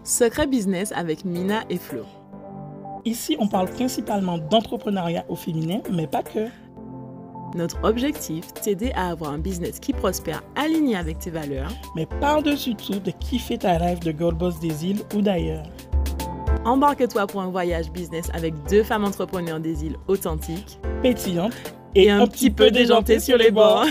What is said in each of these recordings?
Secret Business avec Mina et Flo. Ici, on parle principalement d'entrepreneuriat au féminin, mais pas que. Notre objectif, t'aider à avoir un business qui prospère aligné avec tes valeurs, mais par-dessus tout, de kiffer ta life de girl boss des îles ou d'ailleurs. Embarque-toi pour un voyage business avec deux femmes entrepreneurs des îles authentiques, pétillantes et un petit peu déjantées sur les bords.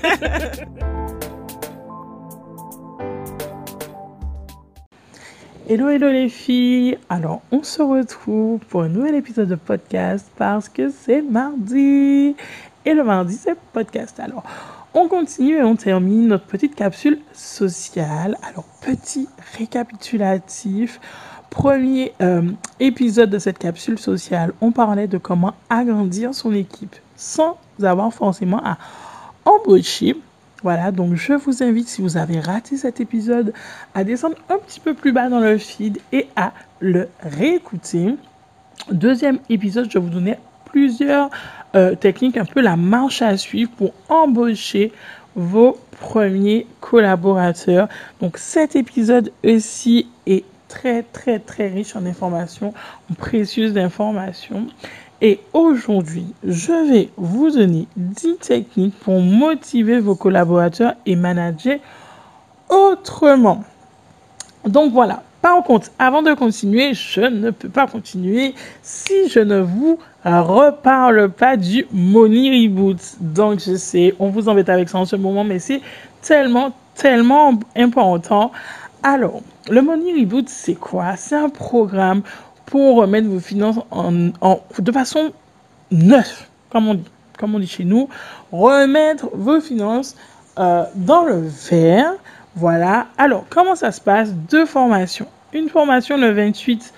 Hello les filles, alors on se retrouve pour un nouvel épisode de podcast parce que c'est mardi et le mardi c'est podcast. Alors on continue et on termine notre petite capsule sociale. Alors petit récapitulatif, premier épisode de cette capsule sociale, on parlait de comment agrandir son équipe sans avoir forcément à embaucher. Voilà, donc je vous invite, si vous avez raté cet épisode, à descendre un petit peu plus bas dans le feed et à le réécouter. Deuxième épisode, je vais vous donner plusieurs techniques, un peu la marche à suivre pour embaucher vos premiers collaborateurs. Donc cet épisode aussi est très riche en informations, en précieuses informations. Et aujourd'hui, je vais vous donner 10 techniques pour motiver vos collaborateurs et manager autrement. Donc voilà, par contre, avant de continuer, je ne peux pas continuer si je ne vous reparle pas du Money Reboot. Donc je sais, on vous embête avec ça en ce moment, mais c'est tellement important. Alors, le Money Reboot, c'est quoi? C'est un programme pour remettre vos finances de façon neuve, comme on dit chez nous, remettre vos finances dans le vert. Voilà. Alors, comment ça se passe? Deux formations. Une formation le 28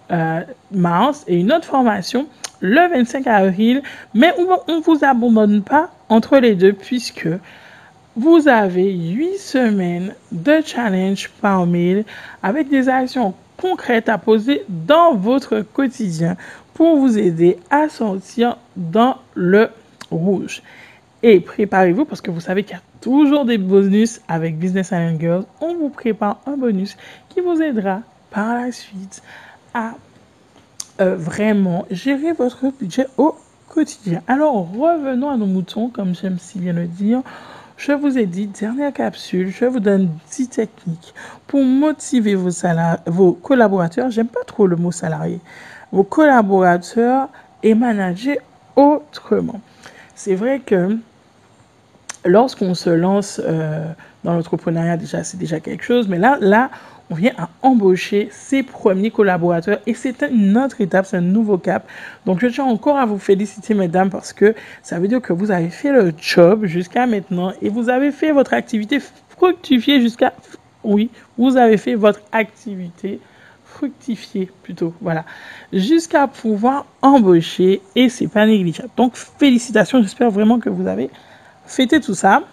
mars et une autre formation le 25 avril. Mais on ne vous abandonne pas entre les deux puisque vous avez 8 semaines de challenge par mail avec des actions concrètes à poser dans votre quotidien pour vous aider à sortir dans le rouge. Et préparez-vous parce que vous savez qu'il y a toujours des bonus avec Business Island Girls. On vous prépare un bonus qui vous aidera par la suite à vraiment gérer votre budget au quotidien. Alors revenons à nos moutons, comme j'aime si bien le dire. Je vous ai dit, dernière capsule, je vous donne 10 techniques pour motiver vos collaborateurs. J'aime pas trop le mot salarié. Vos collaborateurs et manager autrement. C'est vrai que lorsqu'on se lance dans l'entrepreneuriat, c'est déjà quelque chose. Mais là, on vient à embaucher ses premiers collaborateurs et c'est une autre étape, c'est un nouveau cap. Donc, je tiens encore à vous féliciter, mesdames, parce que ça veut dire que vous avez fait le job jusqu'à maintenant et vous avez fait votre activité fructifier vous avez fait votre activité fructifier plutôt, voilà, jusqu'à pouvoir embaucher et c'est pas négligeable. Donc, félicitations, j'espère vraiment que vous avez fêté tout ça.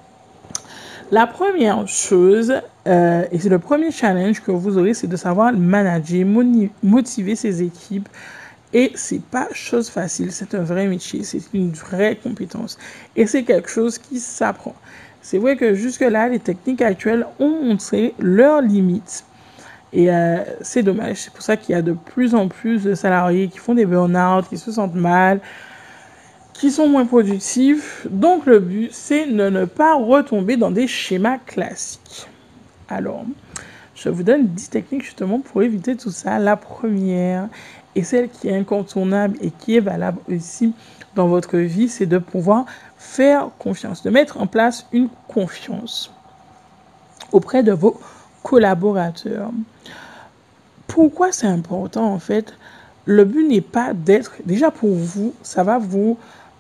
La première chose, et c'est le premier challenge que vous aurez, c'est de savoir manager, motiver ses équipes. Et c'est pas chose facile, c'est un vrai métier, c'est une vraie compétence. Et c'est quelque chose qui s'apprend. C'est vrai que jusque-là, les techniques actuelles ont montré leurs limites. Et c'est dommage, c'est pour ça qu'il y a de plus en plus de salariés qui font des burn-out, qui se sentent mal, qui sont moins productifs. Donc, le but, c'est de ne pas retomber dans des schémas classiques. Alors, je vous donne 10 techniques justement pour éviter tout ça. La première, et celle qui est incontournable et qui est valable aussi dans votre vie, c'est de pouvoir faire confiance, de mettre en place une confiance auprès de vos collaborateurs. Pourquoi c'est important en fait? Le but n'est pas d'être, déjà pour vous, ça va vous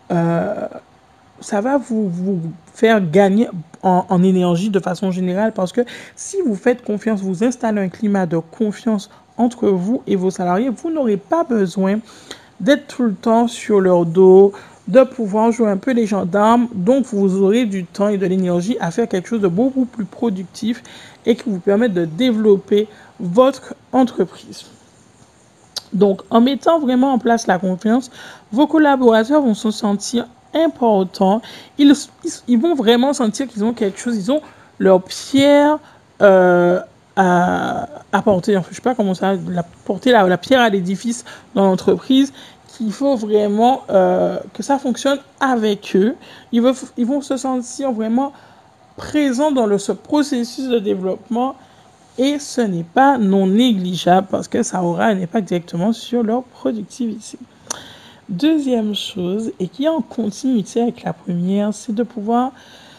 faire gagner en énergie de façon générale parce que si vous faites confiance, vous installez un climat de confiance entre vous et vos salariés, vous n'aurez pas besoin d'être tout le temps sur leur dos, de pouvoir jouer un peu les gendarmes. Donc, vous aurez du temps et de l'énergie à faire quelque chose de beaucoup plus productif et qui vous permet de développer votre entreprise. Donc, en mettant vraiment en place la confiance, vos collaborateurs vont se sentir importants. Ils vont vraiment sentir qu'ils ont quelque chose, ils ont leur pierre à apporter, enfin, je sais pas comment ça, porter la pierre à l'édifice dans l'entreprise, qu'il faut vraiment que ça fonctionne avec eux. Ils vont se sentir vraiment présents dans ce processus de développement et ce n'est pas non négligeable parce que ça aura un impact directement sur leur productivité. Deuxième chose, et qui est en continuité avec la première, c'est de pouvoir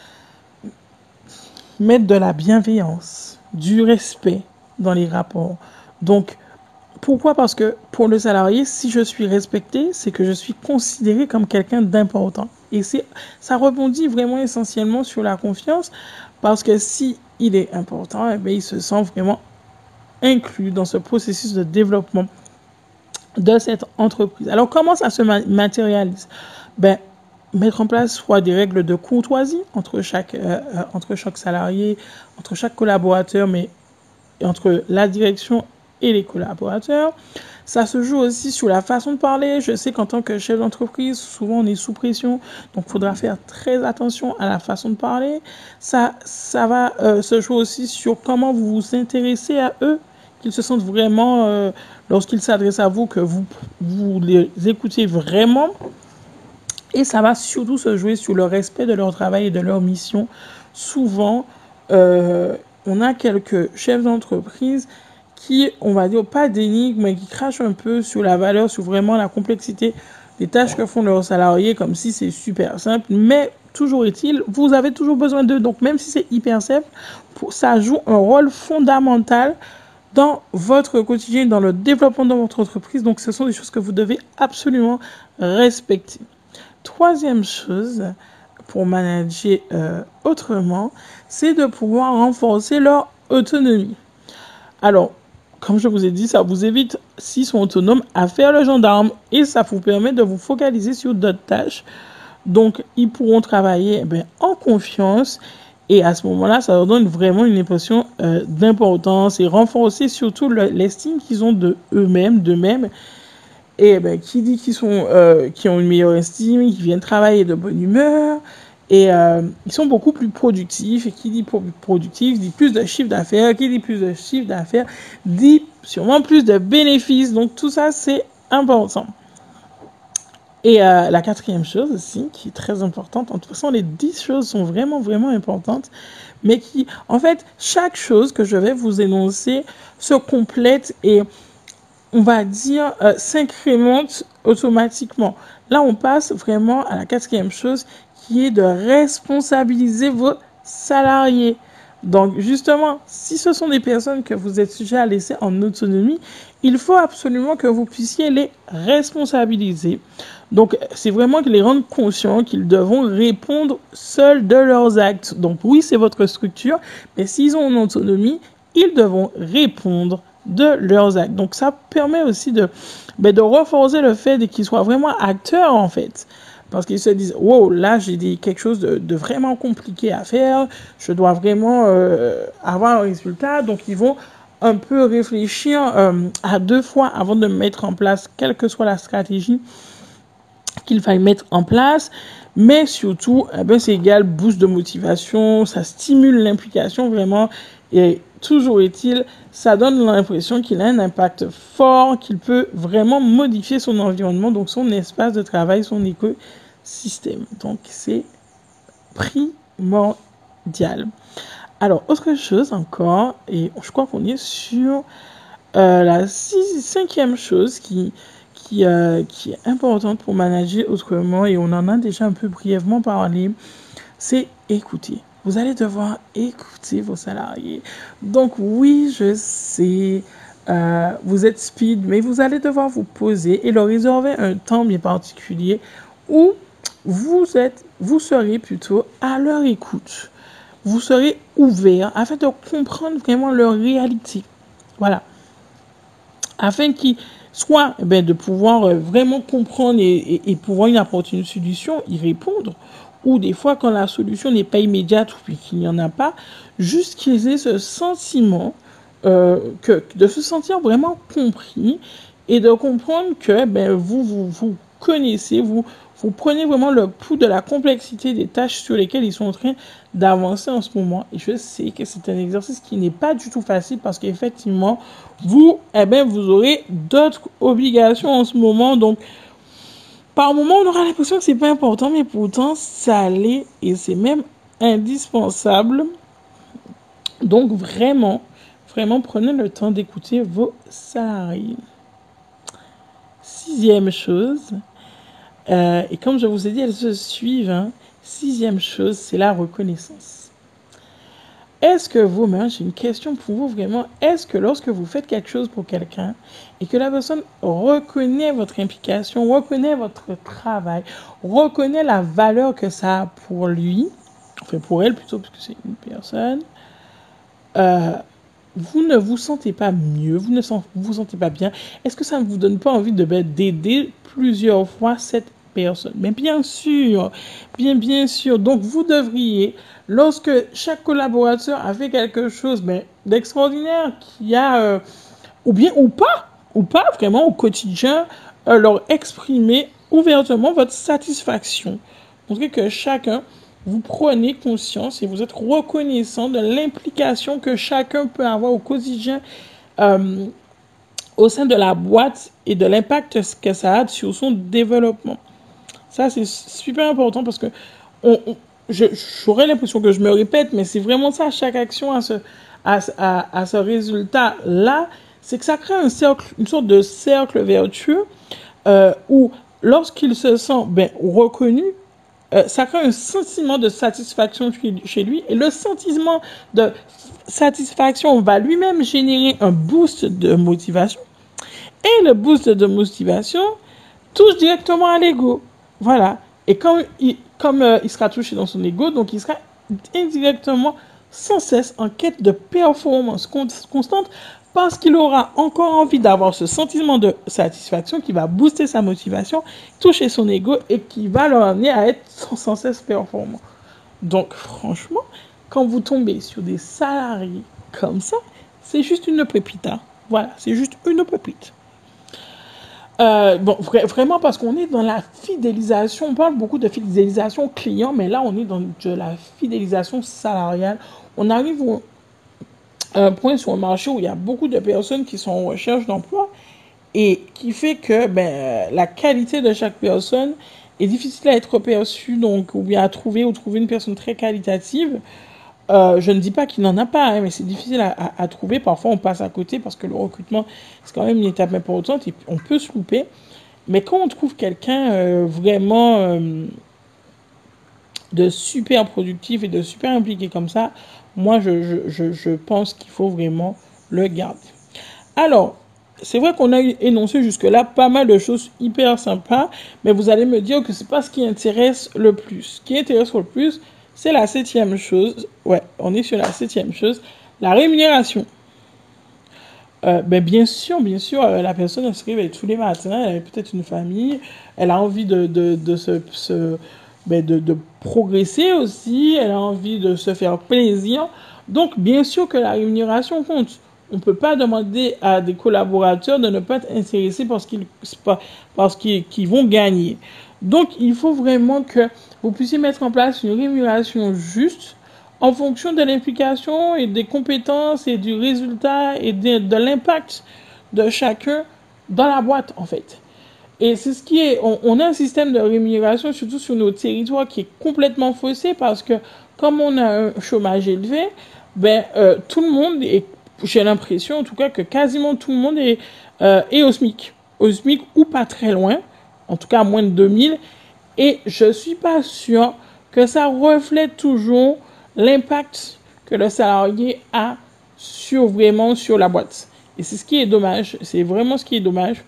mettre de la bienveillance, du respect dans les rapports. Donc, pourquoi? Parce que pour le salarié, si je suis respecté, c'est que je suis considéré comme quelqu'un d'important. Et ça rebondit vraiment essentiellement sur la confiance, parce que si il est important, eh bien, il se sent vraiment inclus dans ce processus de développement de cette entreprise. Alors, comment ça se matérialise? Ben, mettre en place soit des règles de courtoisie entre chaque salarié, entre chaque collaborateur, mais entre la direction et les collaborateurs. Ça se joue aussi sur la façon de parler. Je sais qu'en tant que chef d'entreprise, souvent on est sous pression, donc il faudra faire très attention à la façon de parler. Ça va se jouer aussi sur comment vous vous intéressez à eux, qu'ils se sentent vraiment, lorsqu'ils s'adressent à vous, que vous les écoutez vraiment. Et ça va surtout se jouer sur le respect de leur travail et de leur mission. Souvent, on a quelques chefs d'entreprise qui, on va dire, pas d'énigme, mais qui crachent un peu sur la valeur, sur vraiment la complexité des tâches que font leurs salariés, comme si c'est super simple. Mais toujours est-il, vous avez toujours besoin d'eux. Donc, même si c'est hyper simple, ça joue un rôle fondamental dans votre quotidien, dans le développement de votre entreprise. Donc, ce sont des choses que vous devez absolument respecter. Troisième chose, pour manager autrement, c'est de pouvoir renforcer leur autonomie. Alors, comme je vous ai dit, ça vous évite, s'ils sont autonomes, à faire le gendarme et ça vous permet de vous focaliser sur d'autres tâches. Donc, ils pourront travailler en confiance et à ce moment-là, ça leur donne vraiment une impression d'importance et renforcer surtout l'estime qu'ils ont d'eux-mêmes. Et qui dit qu'ils ont une meilleure estime, qu'ils viennent travailler de bonne humeur et ils sont beaucoup plus productifs. Et qui dit productif dit plus de chiffre d'affaires. Qui dit plus de chiffre d'affaires dit sûrement plus de bénéfices. Donc tout ça, c'est important. Et la quatrième chose aussi, qui est très importante, en toute façon, les 10 choses sont vraiment, vraiment importantes, mais qui, en fait, chaque chose que je vais vous énoncer se complète et on va dire, s'incrémente automatiquement. Là, on passe vraiment à la quatrième chose qui est de responsabiliser vos salariés. Donc, justement, si ce sont des personnes que vous êtes sujet à laisser en autonomie, il faut absolument que vous puissiez les responsabiliser. Donc, c'est vraiment que les rendre conscients qu'ils devront répondre seuls de leurs actes. Donc, oui, c'est votre structure, mais s'ils ont une autonomie, ils devront répondre de leurs actes. Donc, ça permet aussi de renforcer le fait qu'ils soient vraiment acteurs, en fait. Parce qu'ils se disent, wow, là, j'ai quelque chose de vraiment compliqué à faire. Je dois vraiment avoir un résultat. Donc, ils vont un peu réfléchir à 2 fois avant de mettre en place, quelle que soit la stratégie qu'il faille mettre en place. Mais surtout, c'est égal boost de motivation. Ça stimule l'implication vraiment. Et toujours est-il, ça donne l'impression qu'il a un impact fort, qu'il peut vraiment modifier son environnement, donc son espace de travail, son écosystème. Donc, c'est primordial. Alors, autre chose encore, et je crois qu'on est sur la 5e chose qui est importante pour manager autrement, et on en a déjà un peu brièvement parlé, c'est écouter. Vous allez devoir écouter vos salariés. Donc oui, je sais, vous êtes speed, mais vous allez devoir vous poser et leur réserver un temps bien particulier où vous serez plutôt à leur écoute. Vous serez ouvert afin de comprendre vraiment leur réalité. Voilà. Afin qu'ils soient, de pouvoir vraiment comprendre et pouvoir y apporter une solution, y répondre. Ou des fois, quand la solution n'est pas immédiate ou qu'il n'y en a pas, juste qu'ils aient ce sentiment de se sentir vraiment compris et de comprendre que vous connaissez, vous vous prenez vraiment le pouls de la complexité des tâches sur lesquelles ils sont en train d'avancer en ce moment. Et je sais que c'est un exercice qui n'est pas du tout facile parce qu'effectivement, vous aurez d'autres obligations en ce moment. Donc, par moment, on aura l'impression que c'est pas important, mais pourtant, ça l'est et c'est même indispensable. Donc, vraiment, prenez le temps d'écouter vos salariés. 6e chose, et comme je vous ai dit, elles se suivent. 6e chose, c'est la reconnaissance. Est-ce que vous-même, j'ai une question pour vous vraiment, est-ce que lorsque vous faites quelque chose pour quelqu'un et que la personne reconnaît votre implication, reconnaît votre travail, reconnaît la valeur que ça a pour lui, enfin pour elle plutôt, parce que c'est une personne, vous ne vous sentez pas mieux, vous ne vous sentez pas bien, est-ce que ça ne vous donne pas envie d'aider plusieurs fois cette personne? Mais bien sûr, bien sûr. Donc, vous devriez, lorsque chaque collaborateur a fait quelque chose d'extraordinaire, qui a, ou pas, vraiment au quotidien, leur exprimer ouvertement votre satisfaction. Montrez que chacun, vous prenez conscience et vous êtes reconnaissant de l'implication que chacun peut avoir au quotidien au sein de la boîte et de l'impact que ça a sur son développement. Ça, c'est super important parce que j'aurais l'impression que je me répète, mais c'est vraiment ça, chaque action à ce résultat-là, c'est que ça crée une sorte de cercle vertueux où lorsqu'il se sent reconnu, ça crée un sentiment de satisfaction chez lui et le sentiment de satisfaction va lui-même générer un boost de motivation et le boost de motivation touche directement à l'ego. Voilà. Et comme il sera touché dans son ego, donc il sera indirectement sans cesse en quête de performance constante parce qu'il aura encore envie d'avoir ce sentiment de satisfaction qui va booster sa motivation, toucher son ego et qui va le amener à être sans cesse performant. Donc franchement, quand vous tombez sur des salariés comme ça, c'est juste une pépite. Voilà, c'est juste une pépite. Vraiment parce qu'on est dans la fidélisation, on parle beaucoup de fidélisation client, mais là on est dans de la fidélisation salariale. On arrive à un point sur le marché où il y a beaucoup de personnes qui sont en recherche d'emploi et qui fait que la qualité de chaque personne est difficile à être perçue, donc ou bien à trouver une personne très qualitative. Je ne dis pas qu'il n'en a pas, mais c'est difficile à trouver. Parfois, on passe à côté parce que le recrutement, c'est quand même une étape importante et on peut se louper. Mais quand on trouve quelqu'un vraiment de super productif et de super impliqué comme ça, moi, je pense qu'il faut vraiment le garder. Alors, c'est vrai qu'on a énoncé jusque-là pas mal de choses hyper sympas, mais vous allez me dire que c'est pas ce qui intéresse le plus. Ce qui intéresse le plus, c'est la 7e chose. Ouais, on est sur la 7e chose, la rémunération. Bien sûr, la personne elle se réveille tous les matins, elle a peut-être une famille, elle a envie de progresser aussi, elle a envie de se faire plaisir. Donc, bien sûr que la rémunération compte. On ne peut pas demander à des collaborateurs de ne pas être intéressés parce qu'ils vont gagner. Donc, il faut vraiment que vous puissiez mettre en place une rémunération juste en fonction de l'implication et des compétences et du résultat et de l'impact de chacun dans la boîte, en fait. Et c'est ce qui est... On a un système de rémunération, surtout sur nos territoires, qui est complètement faussé parce que, comme on a un chômage élevé, tout le monde est... J'ai l'impression, en tout cas, que quasiment tout le monde est au SMIC. Au SMIC ou pas très loin, en tout cas à moins de 2000. Et je ne suis pas sûre que ça reflète toujours l'impact que le salarié a sur la boîte. Et c'est ce qui est dommage. C'est vraiment ce qui est dommage.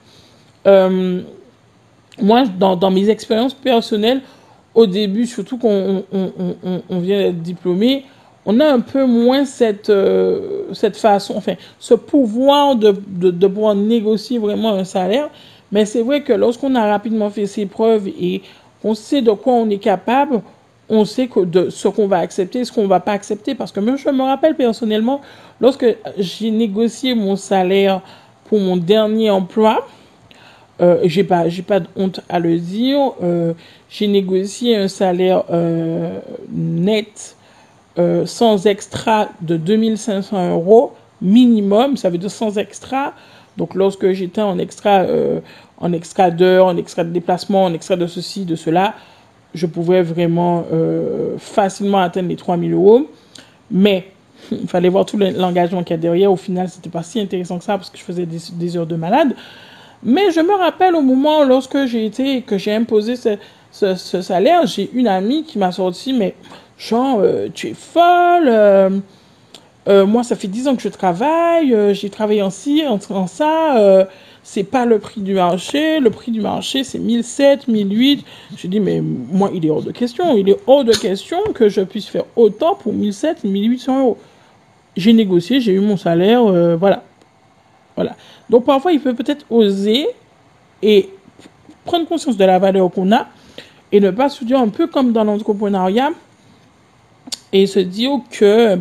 Moi, dans mes expériences personnelles, au début, surtout qu'on vient d'être diplômé, on a un peu moins cette façon, enfin, ce pouvoir de pouvoir négocier vraiment un salaire. Mais c'est vrai que lorsqu'on a rapidement fait ses preuves et qu'on sait de quoi on est capable, on sait de ce qu'on va accepter et ce qu'on ne va pas accepter. Parce que même je me rappelle personnellement, lorsque j'ai négocié mon salaire pour mon dernier emploi, j'ai pas de honte à le dire. J'ai négocié un salaire net sans extra de 2500 € minimum, ça veut dire sans extra. Donc lorsque j'étais en extra d'heures, en extra de déplacement, en extra de ceci, de cela, je pouvais vraiment facilement atteindre les 3000 €. Mais il fallait voir tout l'engagement qu'il y a derrière. Au final, c'était pas si intéressant que ça parce que je faisais des heures de malade. Mais je me rappelle au moment lorsque j'ai imposé ce salaire, j'ai une amie qui m'a sorti, mais genre, tu es folle, moi ça fait 10 ans que je travaille, j'ai travaillé en ci, en ça, c'est pas le prix du marché c'est 1007, 1008. J'ai dit, mais moi il est hors de question que je puisse faire autant pour 1007, 1800 €. J'ai négocié, j'ai eu mon salaire, voilà. Donc parfois il peut-être oser et prendre conscience de la valeur qu'on a et ne pas se dire un peu comme dans l'entrepreneuriat et se dire que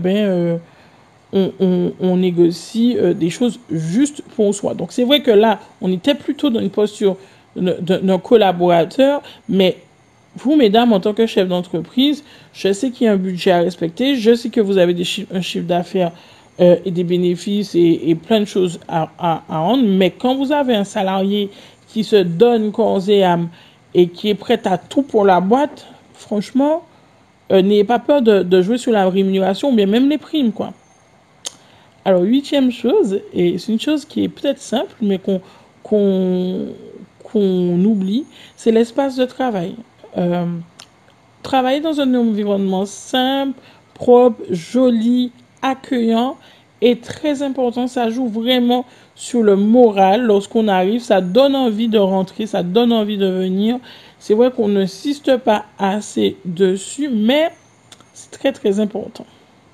on négocie des choses justes pour soi. Donc c'est vrai que là, on était plutôt dans une posture d'un collaborateur, mais vous, mesdames, en tant que chef d'entreprise, je sais qu'il y a un budget à respecter, je sais que vous avez un chiffre d'affaires et des bénéfices et plein de choses à rendre, mais quand vous avez un salarié qui se donne corps et âme et qui est prêt à tout pour la boîte, franchement, n'ayez pas peur de jouer sur la rémunération ou bien même les primes, quoi. Alors, 8e chose, et c'est une chose qui est peut-être simple, mais qu'on oublie, c'est l'espace de travail. Travailler dans un environnement simple, propre, joli, accueillant est très important. Ça joue vraiment sur le moral lorsqu'on arrive. Ça donne envie de rentrer, ça donne envie de venir. C'est vrai qu'on n'insiste pas assez dessus, mais c'est très très important.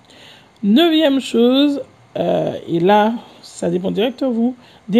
9e chose, et là, ça dépend directement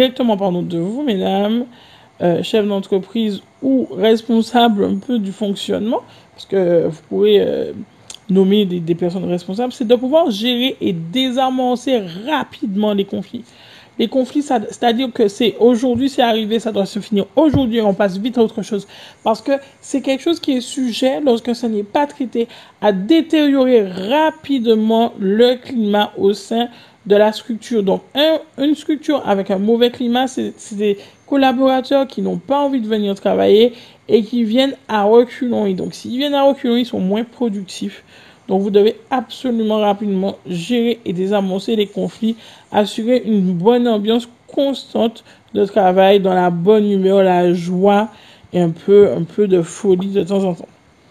de vous, mesdames, chefs d'entreprise ou responsables un peu du fonctionnement, parce que vous pourrez nommer des personnes responsables, c'est de pouvoir gérer et désamorcer rapidement les conflits. Les conflits, c'est-à-dire que c'est aujourd'hui, c'est arrivé, ça doit se finir aujourd'hui, on passe vite à autre chose. Parce que c'est quelque chose qui est sujet, lorsque ce n'est pas traité, à détériorer rapidement le climat au sein de la structure. Donc, une structure avec un mauvais climat, c'est des collaborateurs qui n'ont pas envie de venir travailler et qui viennent à reculons. Et donc, s'ils viennent à reculons, ils sont moins productifs. Donc, vous devez absolument rapidement gérer et désamorcer les conflits, assurer une bonne ambiance constante de travail, dans la bonne humeur, la joie et un peu de folie de temps en temps.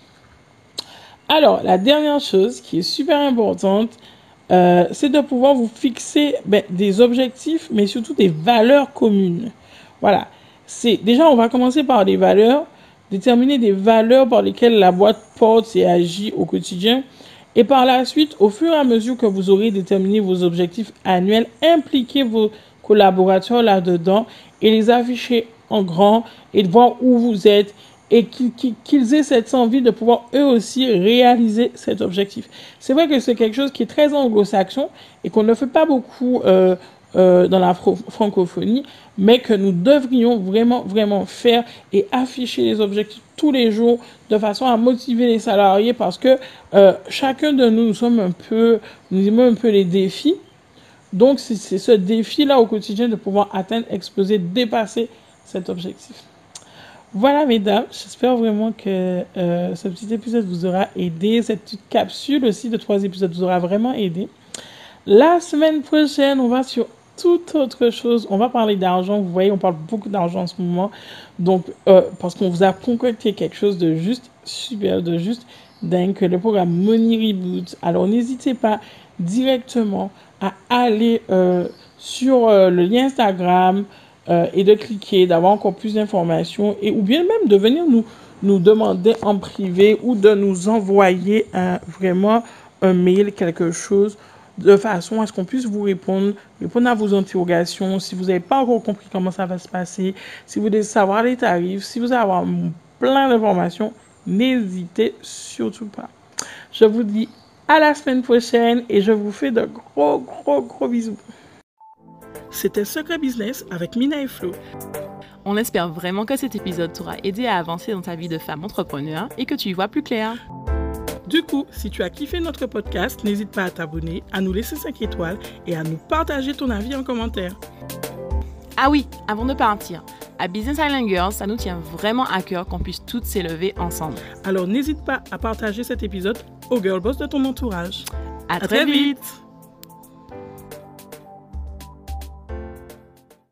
Alors, la dernière chose qui est super importante, c'est de pouvoir vous fixer des objectifs, mais surtout des valeurs communes. Voilà. Déjà, on va commencer par des valeurs, déterminer des valeurs par lesquelles la boîte porte et agit au quotidien. Et par la suite, au fur et à mesure que vous aurez déterminé vos objectifs annuels, impliquez vos collaborateurs là-dedans et les afficher en grand et de voir où vous êtes et qu'ils aient cette envie de pouvoir eux aussi réaliser cet objectif. C'est vrai que c'est quelque chose qui est très anglo-saxon et qu'on ne fait pas beaucoup dans la francophonie, mais que nous devrions vraiment faire et afficher les objectifs tous les jours de façon à motiver les salariés parce que chacun de nous aimons un peu les défis. Donc, c'est ce défi-là au quotidien de pouvoir atteindre, exploser, dépasser cet objectif. Voilà, mesdames, j'espère vraiment que ce petit épisode vous aura aidé. Cette petite capsule aussi de 3 épisodes vous aura vraiment aidé. La semaine prochaine, on va sur toute autre chose. On va parler d'argent. Vous voyez, on parle beaucoup d'argent en ce moment. Donc, parce qu'on vous a concocté quelque chose de juste super, de juste dingue, le programme Money Reboot. Alors, n'hésitez pas directement à aller sur le lien Instagram et de cliquer, d'avoir encore plus d'informations ou bien même de venir nous demander en privé ou de nous envoyer vraiment un mail, quelque chose, de façon à ce qu'on puisse vous répondre à vos interrogations. Si vous n'avez pas encore compris comment ça va se passer, si vous voulez savoir les tarifs, si vous voulez avoir plein d'informations, n'hésitez surtout pas. Je vous dis à la semaine prochaine et je vous fais de gros bisous. C'était Secret Business avec Mina et Flo. On espère vraiment que cet épisode t'aura aidé à avancer dans ta vie de femme entrepreneur et que tu y vois plus clair. Du coup, si tu as kiffé notre podcast, n'hésite pas à t'abonner, à nous laisser 5 étoiles et à nous partager ton avis en commentaire. Ah oui, avant de partir, à Business Island Girls, ça nous tient vraiment à cœur qu'on puisse toutes s'élever ensemble. Alors n'hésite pas à partager cet épisode aux girl boss de ton entourage. À très vite.